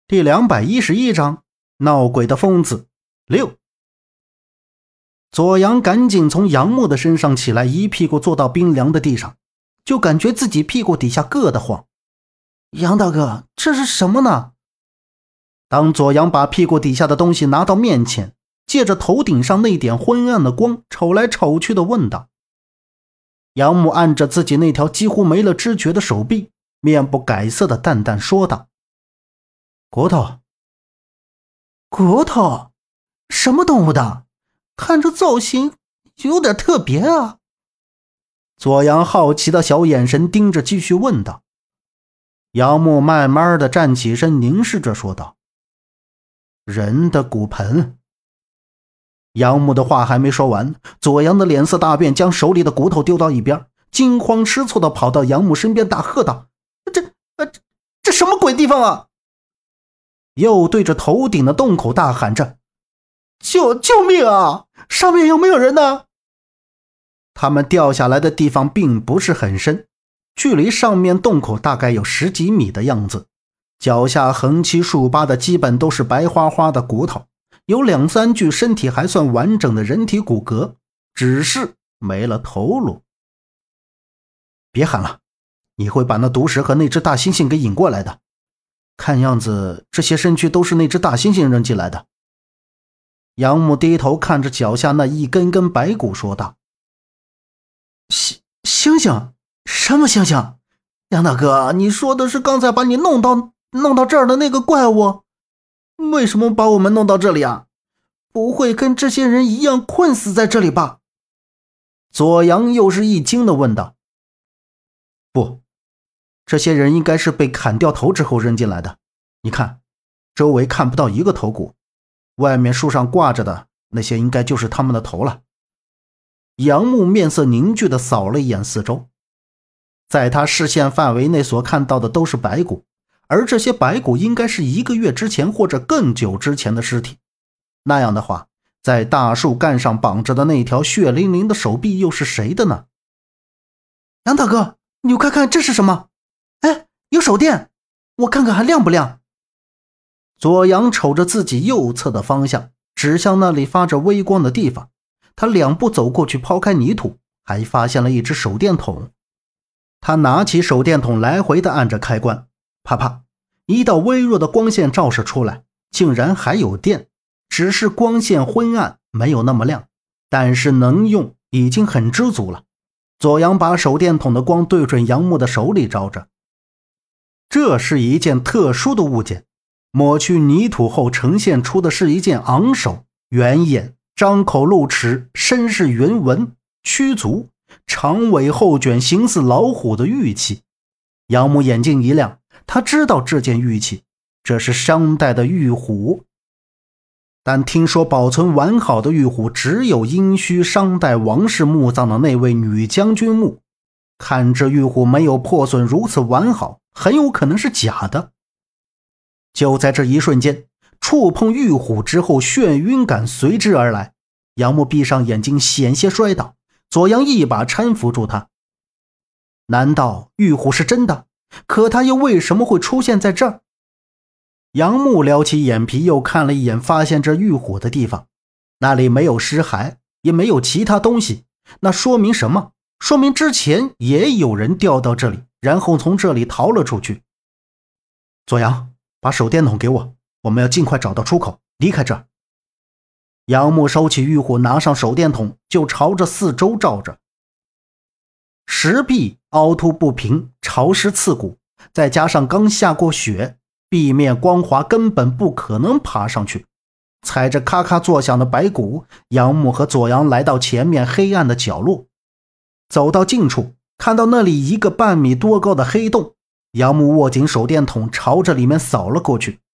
第211章闹鬼的疯子6。左阳赶紧从杨木的身上起来，一屁股坐到冰凉的地上，就感觉自己屁股底下硌得慌。杨大哥，这是什么呢？当左阳把屁股底下的东西拿到面前，借着头顶上那点昏暗的光，瞅来瞅去地问道。杨木按着自己那条几乎没了知觉的手臂，面不改色地淡淡说道：骨头。骨头？什么动物的？看这造型有点特别啊。左阳好奇的小眼神盯着，继续问道。杨木慢慢地站起身，凝视着说道：人的骨盆。杨木的话还没说完，左阳的脸色大变，将手里的骨头丢到一边，惊慌失措地跑到杨木身边，大喝道：这什么鬼地方啊！又对着头顶的洞口大喊着：救命啊！上面有没有人呢？他们掉下来的地方并不是很深，距离上面洞口大概有10几米的样子，脚下横七竖八的基本都是白花花的骨头，有2、3具身体还算完整的人体骨骼，只是没了头颅。别喊了，你会把那毒蛇和那只大猩猩给引过来的。看样子这些身躯都是那只大猩猩扔进来的。杨木低头看着脚下那一根根白骨说道：猩猩？什么猩猩？杨大哥，你说的是刚才把你弄到这儿的那个怪物？为什么把我们弄到这里啊？不会跟这些人一样困死在这里吧？左阳又是一惊地问道。不，这些人应该是被砍掉头之后扔进来的。你看，周围看不到一个头骨，外面树上挂着的那些应该就是他们的头了。杨木面色凝聚地扫了一眼四周，在他视线范围内所看到的都是白骨，而这些白骨应该是1个月之前或者更久之前的尸体。那样的话，在大树干上绑着的那条血淋淋的手臂又是谁的呢？杨大哥，你快看这是什么？哎，有手电，我看看还亮不亮。左阳瞅着自己右侧的方向，指向那里发着微光的地方，他2步走过去，抛开泥土，还发现了一只手电筒。他拿起手电筒，来回地按着开关，啪啪，一道微弱的光线照射出来，竟然还有电，只是光线昏暗，没有那么亮，但是能用已经很知足了。左阳把手电筒的光对准杨木的手里照着，这是一件特殊的物件，抹去泥土后呈现出的是一件昂首、圆眼、张口露齿、身是云纹、曲足、长尾后卷，形似老虎的玉器。杨木眼睛一亮，他知道这件玉器，这是商代的玉虎。但听说保存完好的玉虎只有殷墟商代王室墓葬的那位女将军墓，看这玉虎没有破损如此完好，很有可能是假的。就在这一瞬间，触碰玉虎之后，眩晕感随之而来，杨木闭上眼睛，险些摔倒，左阳一把搀扶住他。难道玉虎是真的？可他又为什么会出现在这儿？杨木撩起眼皮，又看了一眼发现这玉虎的地方，那里没有尸骸，也没有其他东西，那说明什么？说明之前也有人掉到这里，然后从这里逃了出去。左阳，把手电筒给我，我们要尽快找到出口，离开这儿。杨木收起玉虎，拿上手电筒，就朝着四周照着。石壁凹凸不平，潮湿刺骨，再加上刚下过雪，壁面光滑，根本不可能爬上去。踩着咔咔作响的白骨，杨木和左阳来到前面黑暗的角落，走到近处，看到那里一个半米多高的黑洞，杨木握紧手电筒，朝着里面扫了过去。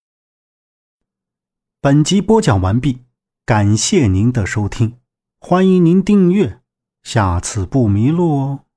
本集播讲完毕，感谢您的收听，欢迎您订阅，下次不迷路哦。